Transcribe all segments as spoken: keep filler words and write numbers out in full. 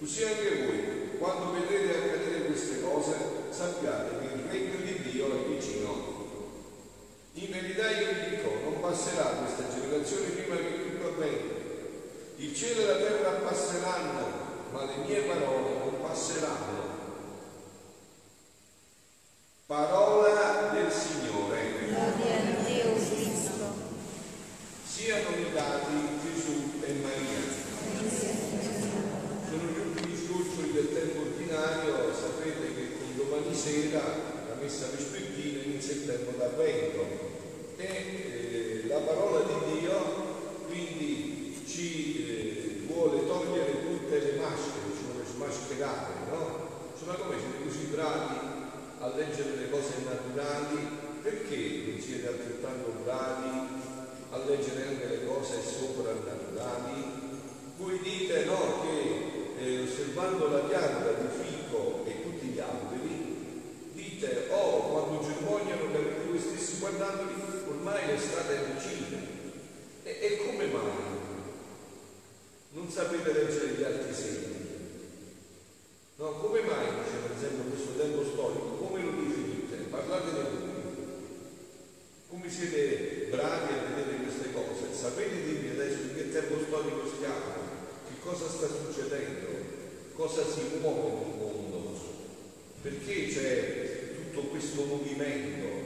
Così anche voi, quando vedrete accadere queste cose, sappiate che il regno di Dio è vicino. In verità io vi dico, non passerà questa generazione prima che tutto avvenga. Il cielo e la terra passeranno, ma le mie parole non passeranno. Parola del Signore. Gloria a Dio Cristo. Siano lodati Gesù e Maria. Sono gli ultimi sgoccioli del tempo ordinario. Sapete che con domani sera la messa vespertina inizia il tempo d'Avvento e eh, la parola di Dio quindi ci eh, vuole togliere tutte le maschere, ci vuole smascherare, no? Insomma, come siete così bravi a leggere le cose naturali, perché non siete altrettanto bravi a leggere anche le cose soprannaturali? Voi dite no, che eh, osservando la pianta di fico e tutti gli alberi, dite, oh, quando germogliano che avete voi stessi guardandoli, ormai l'estate è vicina. E, e come mai non sapete leggere gli altri segni? No, come mai, dice per esempio questo tempo storico, come lo definite? Parlatene voi. Come siete bravi a vedere queste cose? Sapete dirmi adesso in che tempo storico stiamo? Che cosa sta succedendo? Cosa si muove nel mondo? Perché c'è tutto questo movimento?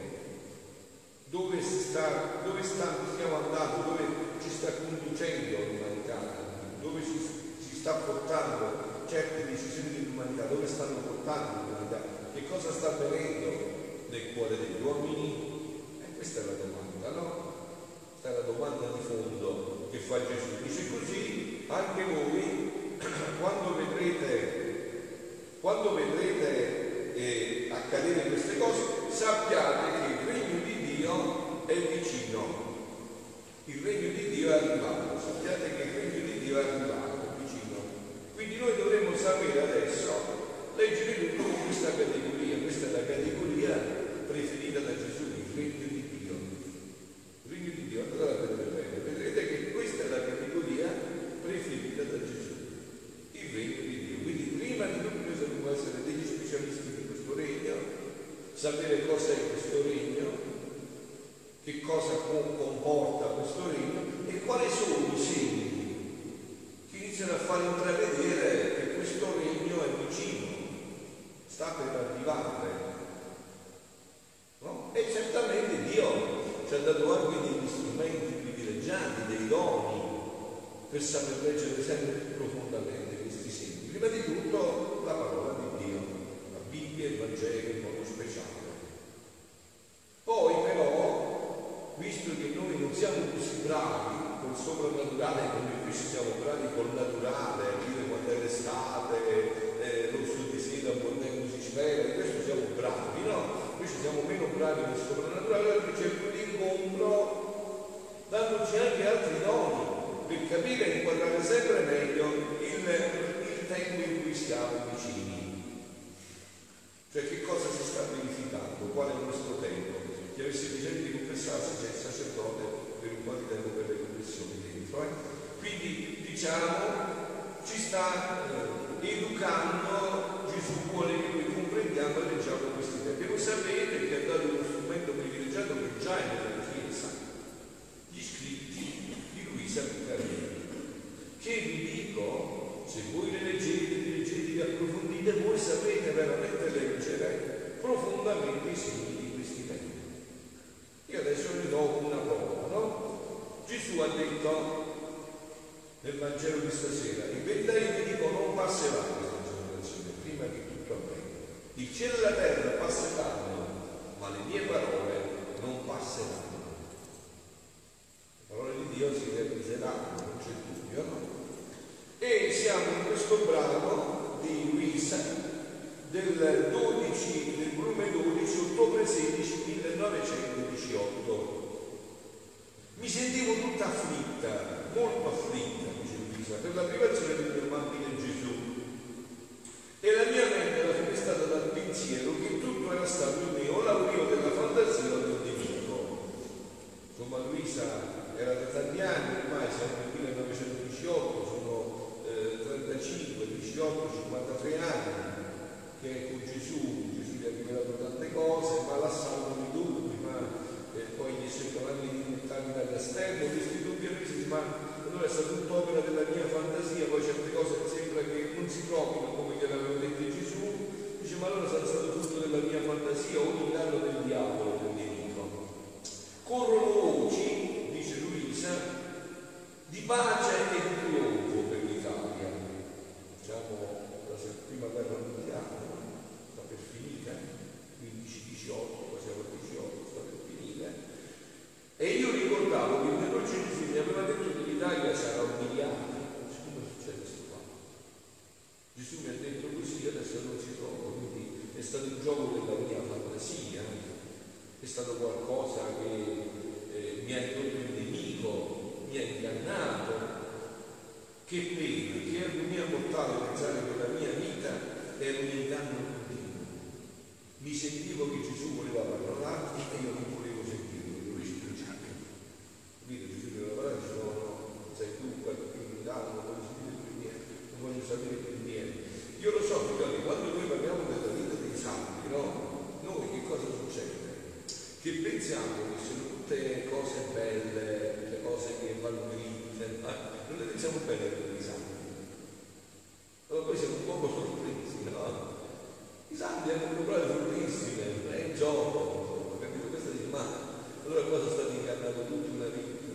Dove si sta, dove sta, stiamo andando? Dove ci sta conducendo l'umanità? Dove ci, ci sta portando certe decisioni dell'umanità? Dove stanno portando l'umanità? Che cosa sta avvenendo nel cuore degli uomini? E questa è la domanda, no? Questa è la domanda di fondo che fa Gesù. Dice così anche voi, quando vedrete, quando vedrete eh, accadere queste cose, sappiate che il regno di Dio è vicino. Il regno di Dio è arrivato. Sappiate che il regno di Dio è arrivato, vicino. Quindi noi dovremmo sapere adesso, leggere tutto con questa categoria. Questa è la categoria preferita da Gesù, il regno di Dio. Il regno di Dio, allora la vedrete bene. Vedrete che questa è la categoria preferita da Gesù, il regno di Dio. Quindi prima di tutto noi dobbiamo essere degli specialisti di questo regno, sapere cosa è questo regno, che cosa comporta questo regno e quali sono i segni che iniziano a far intravedere che questo regno è vicino, sta per arrivare, no? E certamente Dio ci ha dato anche degli strumenti privilegiati, dei doni per saper leggere sempre più profondamente questi segni. Prima di tutto la parola di Dio, la Bibbia, il Vangelo in modo speciale. Poi però, visto che noi non siamo così bravi col soprannaturale come invece siamo bravi col naturale, a dire quando è l'estate, eh, l'orso di seta, un bordello si spera, questo siamo bravi, no? Invece siamo meno bravi nel soprannaturale, allora c'è più l'incontro, dandoci anche altri doni per capire e inquadrare sempre meglio il, il tempo in cui siamo vicini. Cioè che cosa si sta verificando, qual è il nostro tempo. Chi avesse bisogno di confessarsi c'è il sacerdote per un po' di tempo per le confessioni dentro. Eh? Quindi diciamo ci sta eh, educando, Gesù vuole che noi comprendiamo e leggiamo questi tempi. Voi sapete che ha dato uno strumento privilegiato che già è nella Chiesa, gli scritti di Luisa Piccarelli, che vi dico, se voi le leggete, li leggete, li approfondite, voi sapete veramente leggere profondamente i segni di questi tempi. Io adesso vi do una prova, no? Gesù ha detto nel Vangelo di stasera, in verità io vi dico non passerà questa generazione prima che tutto avvenga. Il cielo e la terra passeranno, ma le mie parole non passeranno. Le parole di Dio si realizzeranno, non c'è dubbio, no? E siamo in questo brano di Luisa del dodici, del volume dodici, ottobre sedici millenovecentodiciotto. Mi sentivo tutta afflitta, molto afflitta, dice Luisa, per la privazione del mio bambino Gesù. E la mia mente era funestata dal pensiero che tutto era stato in me, o l'aurio della fantasia o del nemico. Insomma, Luisa era da tanti anni, ormai siamo nel millenovecentodiciotto, sono eh, trentacinque, diciotto, tre anni, che con Gesù, Gesù gli ha rivelato tante cose, ma l'assaltano i dubbi, ma eh, poi gli cercano anche di buttarli dall'esterno, questi dubbi e resi, ma allora è stata tutta opera della mia fantasia, poi certe cose sembra che non si trovino come gliel'aveva detto Gesù, dice ma allora sarà stato tutto della mia fantasia, ogni danno del diavolo, del nemico. Corrono voci, dice Luisa, di pace e di trionfo per l'Italia. Diciamo la prima guerra mondiale sta per finire, quindici diciotto, siamo al diciotto, sta per finire. E io ricordavo che il mio Gesù mi aveva detto che l'Italia sarà umiliata. Come succede questo qua? Gesù mi ha detto così, adesso non si trova, quindi è stato il gioco della mia fantasia, è stato qualcosa che eh, mi ha indotto il nemico, mi ha ingannato. Che pena, che mi ha portato a pensare che la mia vita era un inganno continuo. Mi sentivo che Gesù voleva parlarmi e io non volevo sentirlo, lo respingevo. Quindi Gesù voleva parlare, dice no, no, sei tu, quello che mi dà, non voglio sentire più niente, non voglio sapere più niente. Io lo so, figlioli, quando noi parliamo della vita dei santi, no? Noi che cosa succede? Che pensiamo che sono tutte cose belle, tutte cose che vanno dritte, ma non le pensiamo bene per i santi. Allora poi siamo un po' sorpresi, no? I santi hanno comprato fortissime, è in gioco, capito? Questo dice, ma allora qua sono stati ingannati tutta una vita.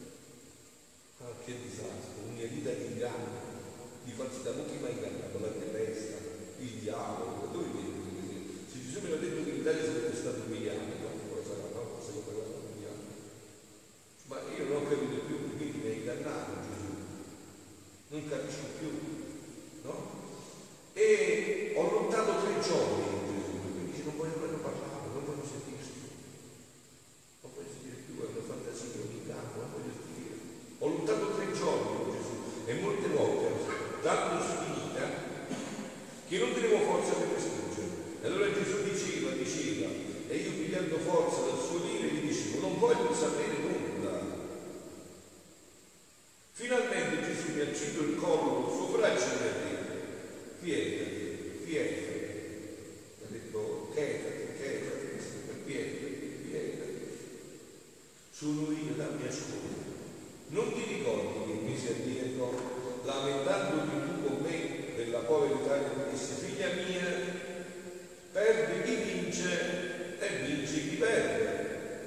Ah, che disastro, una vita di inganno, di falsità, non chi mi ha ingannato? La tempesta, il diavolo, dove viene così? Se Gesù me l'ha detto che l'Italia sarebbe stato umiliato, no? Poi sarà, no? Se lo parla umiliato. Ma io non ho capito più, quindi mi ha ingannato Gesù. Non capisco più, no? E ho lottato tre giorni con Gesù, quindi dice non voglio proprio parlare, non voglio sentirsi, non voglio sentire più, è una fantasia, un inganno, non voglio sentire. Ho lottato tre giorni con Gesù e molte volte tanto spinita che non tenevo forza per respingere. E allora Gesù diceva, diceva, e io pigliando forza dal suo dire gli dicevo, non voglio sapere nulla. Finalmente Gesù mi ha acceso il collo col suo braccio e mi ha detto, pietati, pietati. Mi ha detto, chetati, chetati, pietati, pietati. Sono io, dammi ascolto. Non ti ricordi che mesi addietro, lamentandoti tu con me della povera Italia, mi disse, figlia mia, perdi chi vince e vinci chi perde.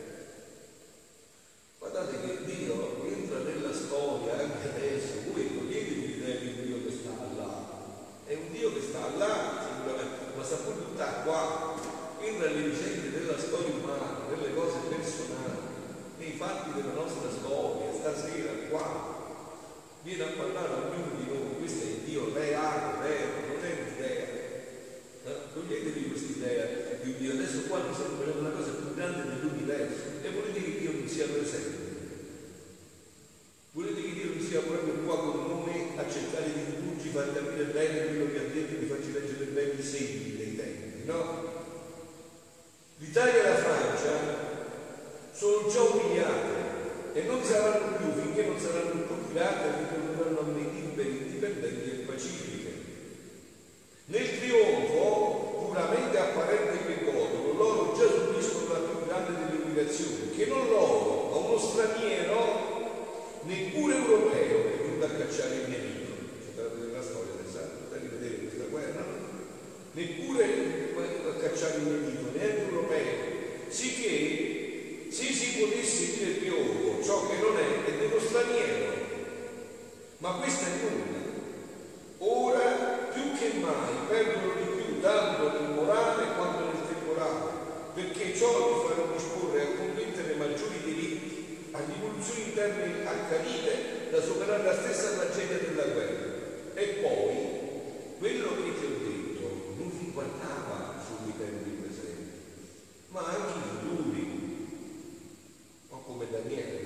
Guardate che Dio entra nella storia anche adesso, voi toglietevi l'idea di un Dio che sta là, è un Dio che sta là sicuramente, ma sta pure tutta qua, entra nelle vicende della storia umana, nelle cose personali, nei fatti della nostra storia, stasera qua, viene a parlare a ognuno di noi, questo è il Dio reale, vero, non è un'idea. Toglietevi questa idea di un Dio. Adesso qua noi stiamo facendo una cosa più grande dell'universo e volete che Dio non sia presente? Volete che Dio non sia proprio qua con noi a cercare di indurci, far capire bene quello che ha detto, di farci leggere bene i segni dei tempi, no? L'Italia e la Francia sono già umiliate e non saranno più finché non saranno procurate, finché non saranno libere, indipendenti e pacifiche. Nel trionfo puramente apparente che godono, loro già subiscono la più grande delle umiliazioni, che non loro, ma uno straniero, neppure europeo, è venuto a cacciare il nemico. Guardate nella storia, pensate, di vedere questa guerra, neppure a cacciare il nemico, neanche europeo, sicché se si potesse dire trionfo, ciò che non è, è dello straniero, ma questa è nulla. Ora più che mai perdono di più tanto nel morale quanto nel temporale, perché ciò li farà disporre a commettere maggiori diritti, a rivoluzioni interne accadite da superare la stessa tragedia della guerra. E poi quello che ti ho detto non riguardava solo i tempi presenti, ma anche i futuri. O come Daniele,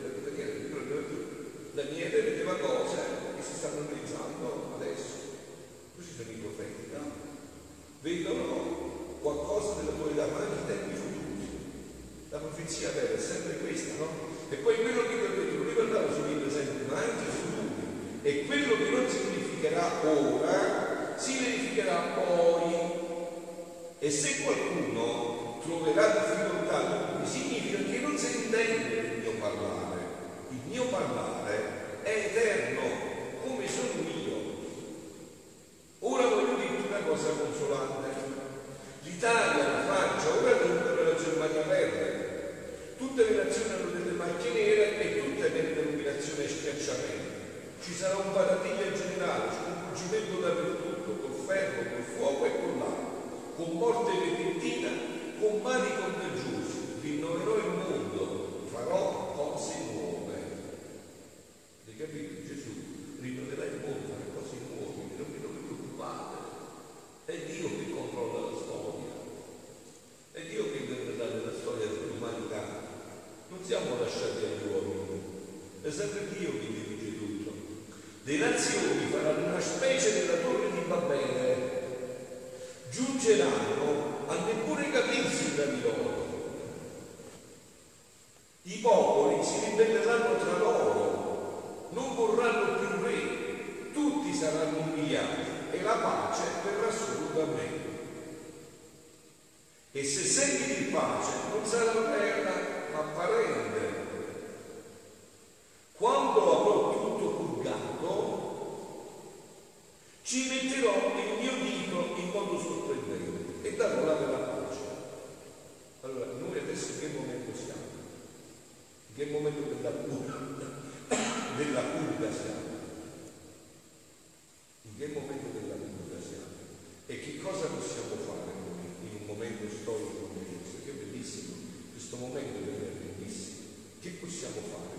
Daniele vedeva cose che si stanno realizzando adesso. Questi sono i profeti, no? Vedono qualcosa della tua età, ma anche i tempi futuri. La profezia vera è sempre questa, no? E poi quello che vi ho detto non riguardava solo i presenti, ma anche i futuri. E quello che non significherà ora si verificherà poi. E se qualcuno troverà difficoltà, significa che non si intende il mio parlare. Il mio parlare è eterno, come sono io. Ora voglio dirti una cosa consolante. L'Italia, la Francia, ora addirittura la Germania perde. Tutte le nazioni hanno delle macchie nere e tutte hanno denominazione schiacciamento. Ci sarà un paradiglio generale, sconvolgimento dappertutto, col ferro, col fuoco e con l'acqua, con morte repentina, con mali contagiosi. Rinnoverò il mondo, farò cose nuove. Hai capito? Gesù rinnoverà il mondo, farà cose nuove, non vi preoccupate. È Dio che controlla la storia. È Dio che interpreta la storia dell'umanità. Non siamo lasciati agli uomini. È sempre Dio che dirige tutto. Le nazioni faranno una specie della torre di Babele, giungeranno a neppure capirsi tra di loro. I popoli si ribelleranno tra loro, non vorranno più re, tutti saranno umiliati e la pace verrà solo da me. E se segni di pace non sarà terra ma apparente. Quando avrò tutto purgato, ci metterò il mio dito in modo sorprendente e darò la vera pace. Allora, noi adesso in che momento siamo? In che momento della purga, della purga siamo? In che momento della purga siamo? E che cosa possiamo fare noi in un momento storico come questo? Che è bellissimo, questo momento è bellissimo. Che possiamo fare?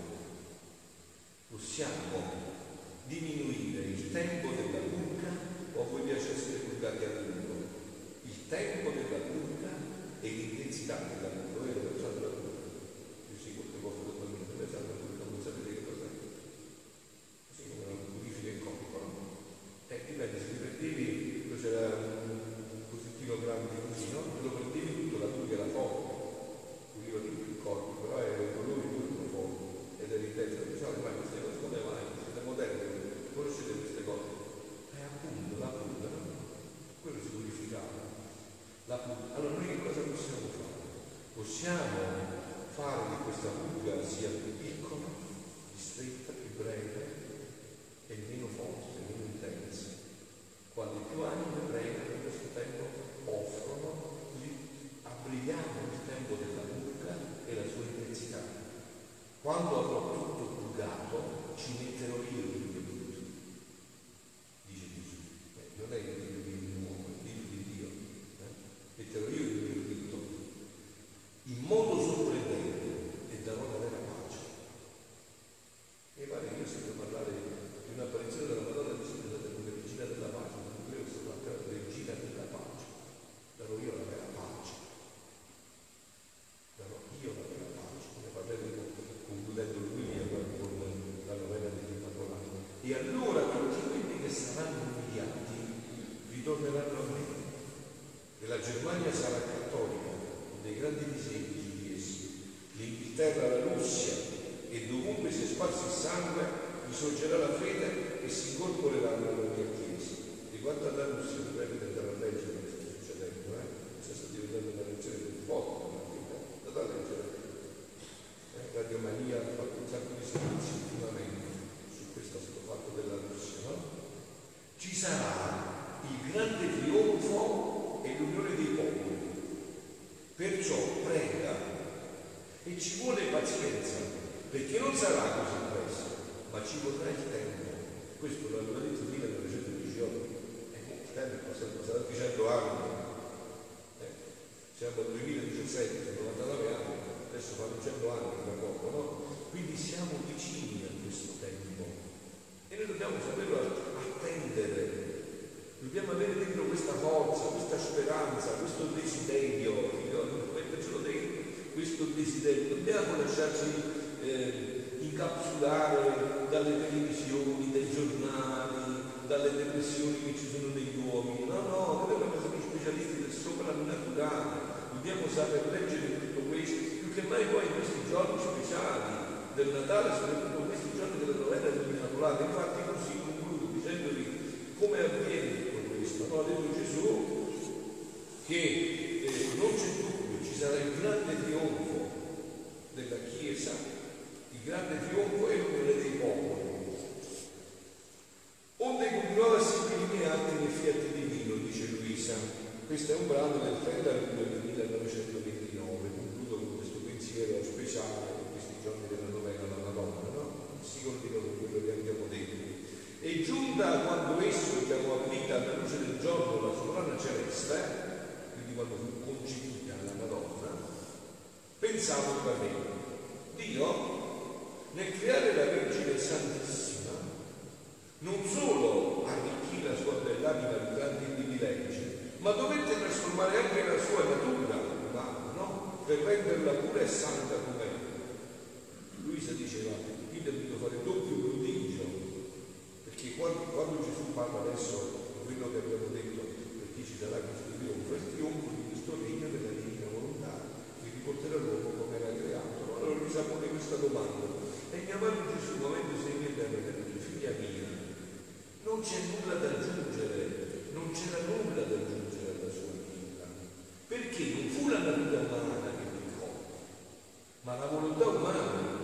Possiamo diminuire il tempo della purga, o a voi piace essere purgati a lungo? Il tempo della purga e l'intensità della purga. Voi avete pensato alla purga? Io sì, qualche volta ho detto, pensate alla purga, non sapete che cos'è? Così come una purifica in corpo, no? E dipende, se ti prendevi, poi c'era un cossettino grande così, no? Te lo prendevi tutto, la purga era forte, puliva tutto il corpo, però era il colore tutto forte, ed era intenso. Diciamo, ma queste cose come mai? Siete moderni, conoscete queste cose? È appunto la purga, no? Quello si purificava. La purga. Allora noi che cosa possiamo fare? Possiamo fare che questa purga sia più piccola, più stretta, più breve e meno forte, meno intensa. Quando più anime breve in questo tempo offrono, così abbriviamo il tempo della purga e la sua intensità. Quando avrò tutto purgato, ci metterò io il mio dito, dice Gesù. Eh, non è il dito di un uomo, è il dito di Dio. Eh? Metterò io il mio dito in modo sorprendente e darò la vera pace. E pare che io sento parlare di un'apparizione della Madonna di Gesù, della regina della pace, non credo sia la regina della pace. Darò io la vera pace. Darò io la vera pace. Ne parleremo concludendo lui con la novena dell'Immacolata. E allora tutti quelli che saranno umiliati ritorneranno a me. E la Germania sarà cattolica, con dei grandi disegni su di essi. L'Inghilterra, la Russia, e dovunque si è sparso il sangue, risorgerà la fede e si incorporeranno alla mia Chiesa. Riguardo alla Russia, dovete andare a leggere che sta succedendo, eh? Sta diventando una lezione più forte, andate a leggere. Radio Maria ha fatto un sacco di servizi ultimamente su questo fatto della Russia, no? Ci sarà il grande trionfo e l'unione dei popoli. Perciò prega e ci vuole pazienza, perché non sarà così presto, ma ci vorrà il tempo. Questo l'aveva detto nel millenovecentodiciotto, e il tempo sarà di cento anni. Eh, siamo al duemiladiciassette, sono novantanove anni. Adesso fanno cento anni tra poco, no? Quindi siamo vicini a questo tempo e noi dobbiamo saperlo attendere, dobbiamo avere dentro questa forza, questa speranza, questo desiderio, mettercelo dentro, questo desiderio. Dobbiamo lasciarci eh, incapsulare dalle televisioni, dai giornali, dalle depressioni che ci sono negli uomini. No, no, noi dobbiamo essere specialisti del soprannaturale, dobbiamo saper leggere tutto questo. Che mai poi in questi giorni speciali del Natale, soprattutto in questi giorni della novena dell'Immacolata, infatti così concludo dicendovi come avviene tutto questo. Il grande trionfo è l'unione dei popoli. Onde continuava a seguire i miei atti nel fiat divino, dice Luisa. Questo è un brano del trenta luglio del millenovecentoventinove. Concludo con questo pensiero speciale in questi giorni della novena alla Madonna, no? Si continua con quello che abbiamo detto. E giunta quando esso chiamò a vita alla luce del giorno la sovrana celeste, quindi quando fu concepita la Madonna, pensavo tra me, Dio nel creare la Vergine Santissima non solo arricchì la sua bell'anima di grandi privilegi, ma dovette trasformare anche la sua natura umana, no? Per renderla pura e santa com'è. Luisa diceva, qui è dovuto fare doppio prodigio, perché quando, quando Gesù parla adesso, quello che abbiamo detto, per chi ci sarà questo trionfo, è il trionfo di questo regno della divina volontà, che riporterà l'uomo come era creato. Allora Luisa pone questa domanda, e mia madre Gesù, muovendosi in mia terra, ha detto, figlia mia, non c'è nulla da aggiungere, non c'era nulla da aggiungere alla sua vita, perché non fu la natura umana che peccò, ma la volontà umana.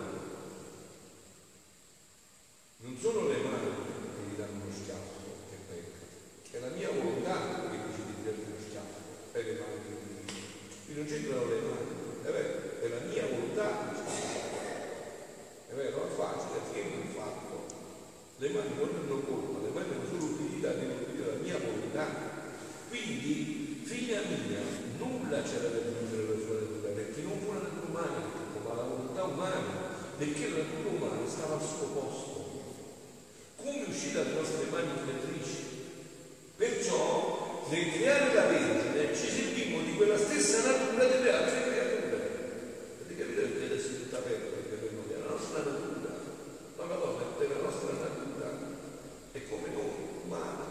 Non sono le mani che gli danno uno schiaffo che pecca, è la mia volontà che decide di darti uno schiaffo, è le mani che mi dicono. Qui non c'entrano le mani, è vero, è la mia volontà che decide. È vero, è facile, che non è fatto. Le mani non hanno colpa, le mani hanno solo utilità, devono dire la mia volontà. Quindi, figlia mia, nulla c'era da aggiungere alla sua natura, perché non fu la natura umana, ma la volontà umana, perché la natura umana stava al suo posto. Come uscì dalle nostre mani creatrici. Perciò nel creare la Vergine ci servimmo di quella stessa natura delle altre creature. Avete capito perché adesso è tutta aperta, perché per noi è la nostra natura, la Madonna è la nostra natura, è come noi, umana.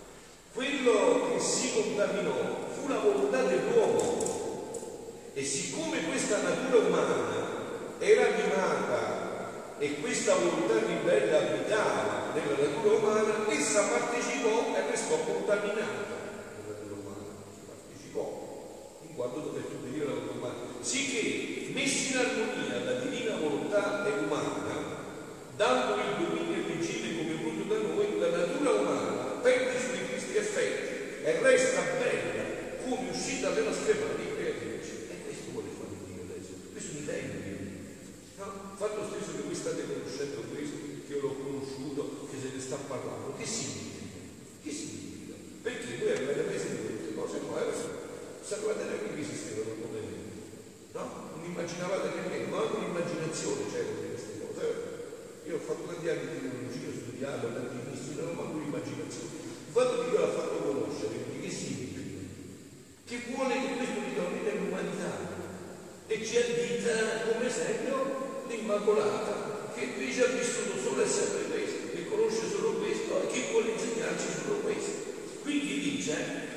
Quello che si contaminò fu la volontà dell'uomo, e siccome questa natura umana era animata e questa volontà ribelle abitava nella natura umana, essa partecipò e restò contaminata. La natura umana partecipò, in quanto dovette obbedire alla volontà umana. Sicché, messi in armonia la divina volontà e umana, dando il dominio e il regime come voluto da noi, la natura umana perde i suoi tristi effetti e resta bella come uscita dalle nostre mani creatrici. E questo vuole fare Dio adesso, questo mi tende. No? Fatto stesso che voi state conoscendo questo, che io l'ho conosciuto, che se ne sta parlando, che significa? Che significa? Perché voi avete preso di queste cose, no? Sapevate neanche che esistevano come me, no? Non immaginavate nemmeno, ma anche un'immaginazione c'era di queste cose. Io ho fatto tanti anni di teologia, ho studiato, tanti inizi, non ho manco un'immaginazione. Il fatto che Io l'ha fatto conoscere, quindi che significa? Che vuole che questo ritorni nell'umanità e ci addita come esempio l'Immacolata, che invece ha vissuto solo e sempre questo, che conosce solo questo e che vuole insegnarci solo questo. Quindi dice,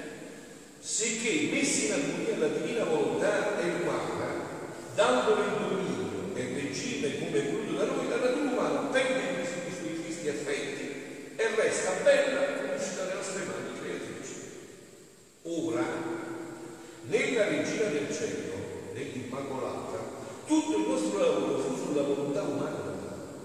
sicché messi in armonia la divina volontà e umana, dandole il dominio e il regime come voluto da noi, la natura umana perde questi i suoi tristi effetti e resta bella come uscita dalle nostre mani creatrici. Ora, nella regina del cielo, nell'Immacolata, tutto il nostro lavoro fu sulla volontà umana,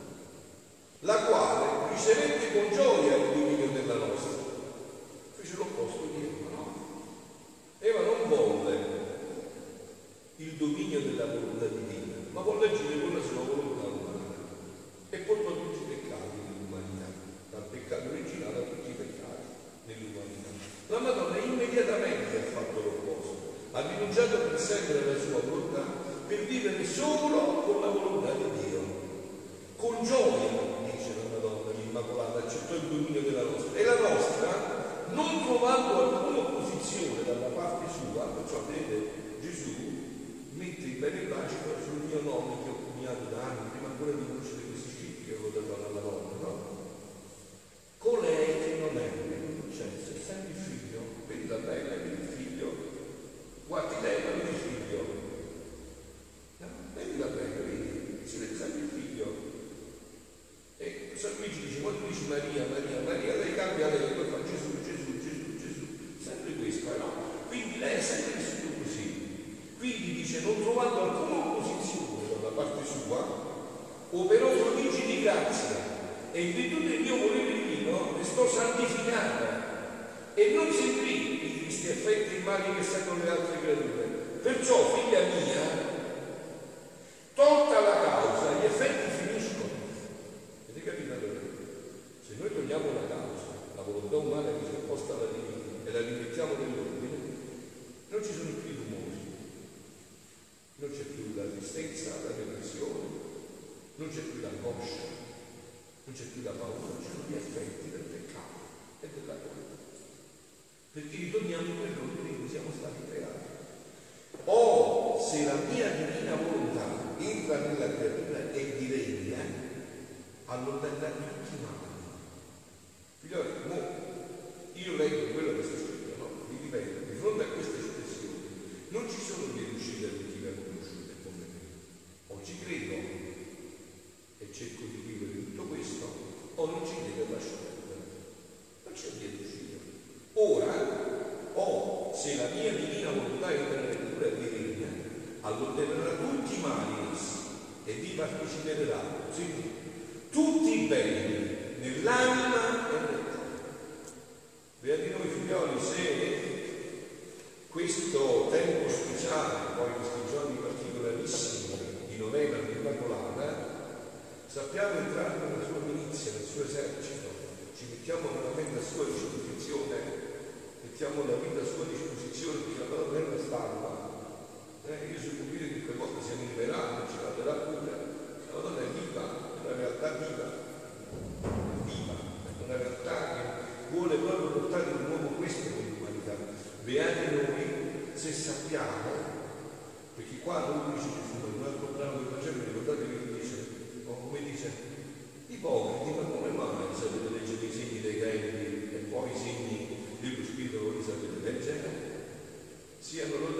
la quale ricevette con gioia il dominio della nostra. Fece l'opposto di Eva, no? Eva non volle il dominio della volontà divina, ma volle agire con la sua volontà umana e portò tutti i peccati dell'umanità, dal peccato originale a tutti i peccati dell'umanità. La Madonna immediatamente ha fatto l'opposto, ha rinunciato per sempre alla sua volontà per vivere solo con la volontà di Dio. Con gioia, dice la Madonna l'Immacolata, accettò il dominio della nostra, e la nostra, non trovando alcuna opposizione dalla parte sua, perciò vede Gesù mette il bene placido sul mio nome che ho coniato da anni, prima ancora di conoscere questi scritti che avevo dato alla Madonna, no? Colei che non è, cioè se senti il figlio, vedi la bella, vedi il figlio, guardi lei, ma vedi il figlio. No? Vedi la bella, vedi, si vede sempre il figlio. E San Luigi dice, quando dici Maria, Maria, Maria, lei cambia lei, poi fa Gesù, Gesù, Gesù, Gesù, sempre questo, no? Quindi lei è sempre vissuto così. Quindi dice, non trovando alcuna opposizione dalla parte sua, operò prodigi di grazia e in virtù del mio volere divino restò santificata e non seguì i tristi effetti mali che seguono le altre creature. Perciò, figlia mia, tolta la causa, gli effetti finiscono. Avete capito allora? Se noi togliamo la causa, la volontà umana che si è posta alla divina e la rimettiamo nell'ordine, non ci sono più i rumori, non c'è più la tristezza, la depressione, non c'è più l'angoscia, non c'è più la paura, ci sono gli effetti del peccato e della colpa. Perché ritorniamo in quell'ordine in cui siamo stati creati. O se la mia divina volontà entra nella creatura e diregna, allontana tutti i mali. Figlioli, mo, io leggo quello che sta scritto, no? Vi ripeto, di fronte a queste espressioni non ci sono delle uscite additive conosciute come me. O ci credo e cerco di vivere tutto questo, o non ci credo e lascio perdere. Non c'è via d'uscita. Ora, o se la mia divina volontà entra nella creatura e diregna, allontanerà tutti i mali e vi parteciperà, sì, tutti i beni nell'anima e nel corpo. Beati noi figlioli, se questo tempo speciale, poi questi giorni particolarissimi di novena dell'Immacolata, sappiamo entrare nella sua milizia, nel suo esercito, ci mettiamo veramente a sua disposizione, mettiamo la vita a sua disposizione, perché la parola non è stampa. Eh, io sono convinto che quelle volte siamo liberati, ce la darà cura. La Madonna è viva, è una realtà viva, viva, è una realtà che vuole proprio portare di nuovo questo con l'umanità. Beati noi se sappiamo, perché qua lui dice Gesù, in un altro brano del Vangelo, ricordate che dice, o come dice, ipocriti, ma come mai sapete leggere i segni dei greggi e poi i segni dello Spirito voi sapete leggere? Siano loro